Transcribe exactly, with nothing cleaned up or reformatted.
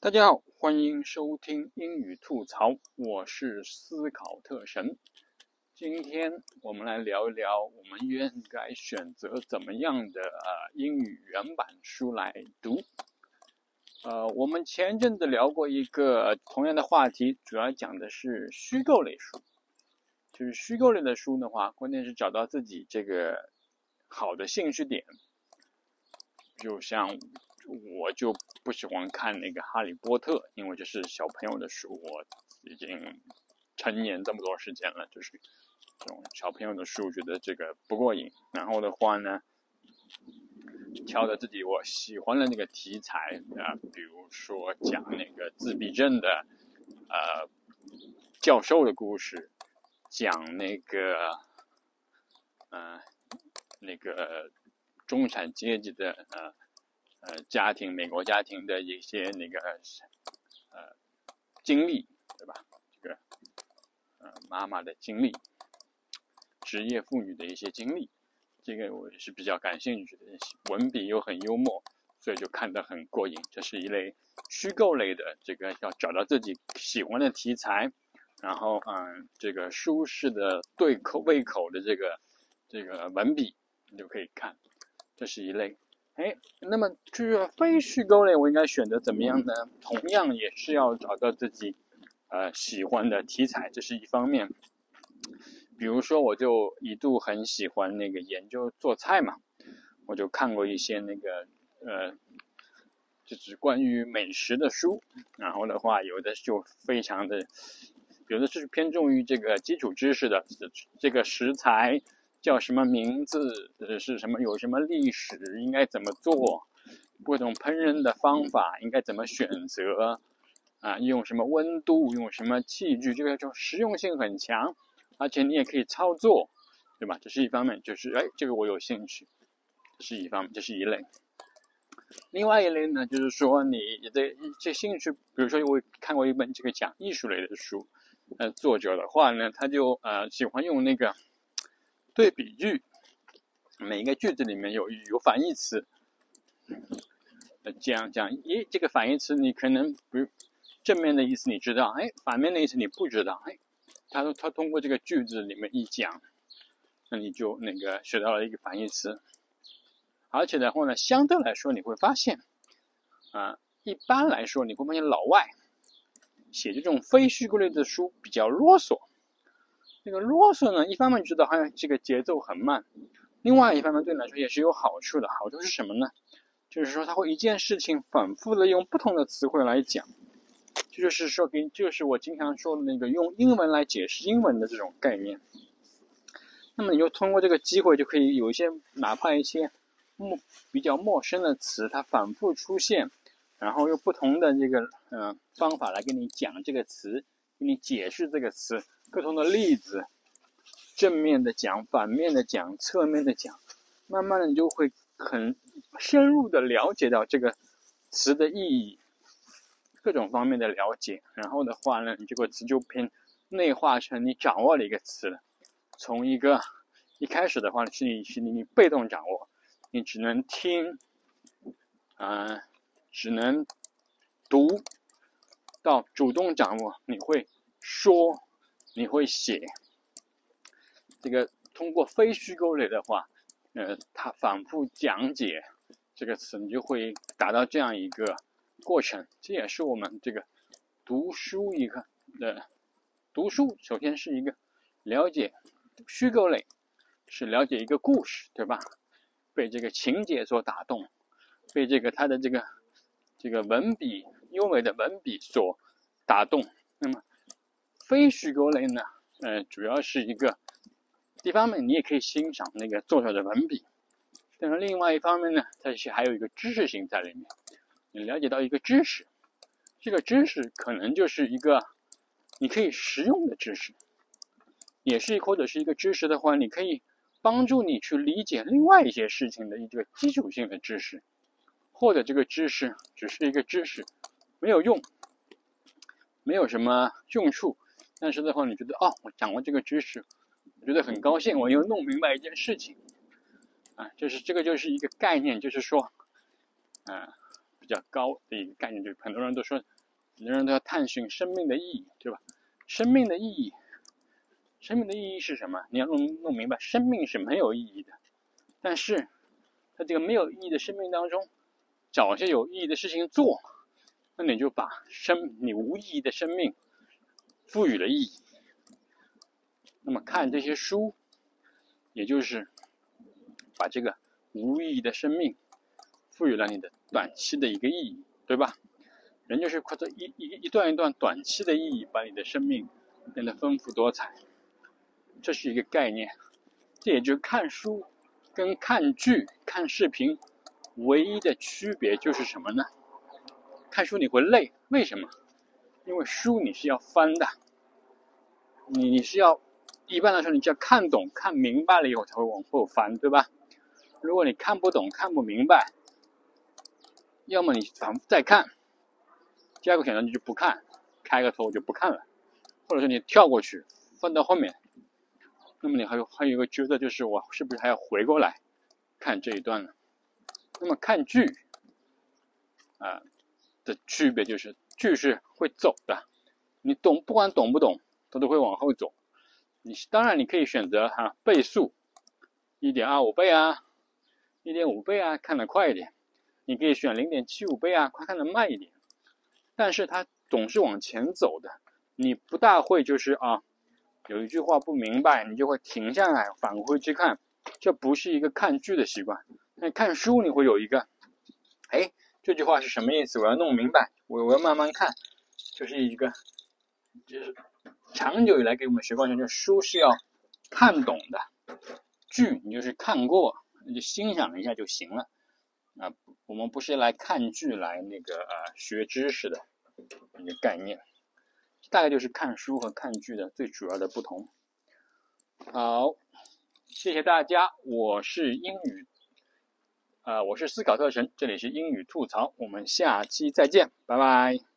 大家好，欢迎收听英语吐槽，我是思考特神。今天我们来聊一聊，我们应该选择怎么样的呃英语原版书来读。呃，我们前阵子聊过一个同样的话题，主要讲的是虚构类书。就是虚构类的书的话，关键是找到自己这个好的兴趣点。就像我就不喜欢看那个哈利波特，因为这是小朋友的书，我已经成年这么多时间了，就是这种小朋友的书觉得这个不过瘾。然后的话呢，挑着自己我喜欢的那个题材啊、呃，比如说讲那个自闭症的呃教授的故事，讲那个呃那个中产阶级的呃呃家庭，美国家庭的一些那个呃经历，对吧？这个呃妈妈的经历，职业妇女的一些经历，这个我是比较感兴趣的，文笔又很幽默，所以就看得很过瘾。这是一类虚构类的，这个要找到自己喜欢的题材，然后嗯，这个舒适的对口胃口的这个这个文笔，你就可以看。这是一类。哎，那么就是非虚构类，我应该选择怎么样呢？同样也是要找到自己呃喜欢的题材，这是一方面。比如说，我就一度很喜欢那个研究做菜嘛，我就看过一些那个呃，就是关于美食的书，然后的话，有的就非常的，有的是偏重于这个基础知识的，这个食材叫什么名字，是什么，有什么历史，应该怎么做，各种烹饪的方法应该怎么选择啊，用什么温度，用什么器具，这个就实用性很强。而且你也可以操作，对吧？这是一方面，就是哎，这个我有兴趣，这是一方面，这是一类。另外一类呢，就是说你的这兴趣，比如说我看过一本这个讲艺术类的书，呃，作者的话呢，他就呃喜欢用那个对比句，每一个句子里面有有反义词，呃，这样讲，诶，这个反义词你可能比如正面的意思你知道，哎，反面的意思你不知道，哎。他他通过这个句子里面一讲，那你就那个学到了一个反义词，而且的话呢，相对来说你会发现，啊、呃，一般来说你会发现老外写这种非虚构类的书比较啰嗦。这个啰嗦呢，一方面觉得好像这个节奏很慢，另外一方面对你来说也是有好处的。好处是什么呢？就是说他会一件事情反复的用不同的词汇来讲。这就是说，给就是我经常说的那个用英文来解释英文的这种概念。那么你就通过这个机会，就可以有一些哪怕一些陌比较陌生的词，它反复出现，然后用不同的这个呃方法来跟你讲这个词，给你解释这个词，不同的例子，正面的讲，反面的讲，侧面的讲，慢慢的你就会很深入的了解到这个词的意义。各种方面的了解，然后的话呢，你这个词就偏内化成你掌握了一个词了。从一个一开始的话是你是你被动掌握，你只能听，啊、呃，只能读，到主动掌握，你会说，你会写。这个通过非虚构类的话，呃，它反复讲解这个词，你就会达到这样一个过程。这也是我们这个读书一个的读书，首先是一个了解虚构类，是了解一个故事，对吧？被这个情节所打动，被这个他的这个这个文笔优美的文笔所打动。那么非虚构类呢，呃，主要是一个一方面你也可以欣赏那个作者的文笔，但是另外一方面呢，它是还有一个知识性在里面。你了解到一个知识，这个知识可能就是一个你可以实用的知识，也是或者是一个知识的话，你可以帮助你去理解另外一些事情的一个基础性的知识，或者这个知识只是一个知识，没有用，没有什么用处，但是的话，你觉得哦，我掌握这个知识，我觉得很高兴，我又弄明白一件事情，啊，就是这个就是一个概念，就是说，啊。 较高的一个概念，就是很多人都说，很多人都要探寻生命的意义，对吧？生命的意义，生命的意义是什么？你要弄弄明白，生命是没有意义的。但是在这个没有意义的生命当中，找一些有意义的事情做，那你就把生你无意义的生命赋予了意义。那么看这些书，也就是把这个无意义的生命赋予了你的短期的一个意义，对吧？人就是靠着一一一段一段短期的意义，把你的生命变得丰富多彩。这是一个概念。这也就是看书跟看剧、看视频唯一的区别就是什么呢？看书你会累，为什么？因为书你是要翻的，你你是要一般来说，你只要看懂、看明白了以后才会往后翻，对吧？如果你看不懂、看不明白，要么你反复再看，第二个选择你就不看，开个头就不看了，或者说你跳过去，翻到后面。那么你还有还有一个抉择，就是我是不是还要回过来看这一段呢？那么看剧啊、呃、的区别就是，剧是会走的，你懂不管懂不懂，它都会往后走。你当然你可以选择哈、啊、倍速 一点二五 倍啊 一点五 倍啊，看得快一点。你可以选 零点七五 倍啊，快看得慢一点。但是它总是往前走的，你不大会就是啊有一句话不明白，你就会停下来返回去看，这不是一个看剧的习惯。那看书你会有一个，哎，这句话是什么意思？我要弄明白，我我要慢慢看，就是一个，就是长久以来给我们学过程，就是书是要看懂的，剧你就是看过，你就欣赏一下就行了。啊、呃，我们不是来看剧来那个呃学知识的一个概念。大概就是看书和看剧的最主要的不同。好，谢谢大家，我是英语，呃，我是思考特神，这里是英语吐槽，我们下期再见，拜拜。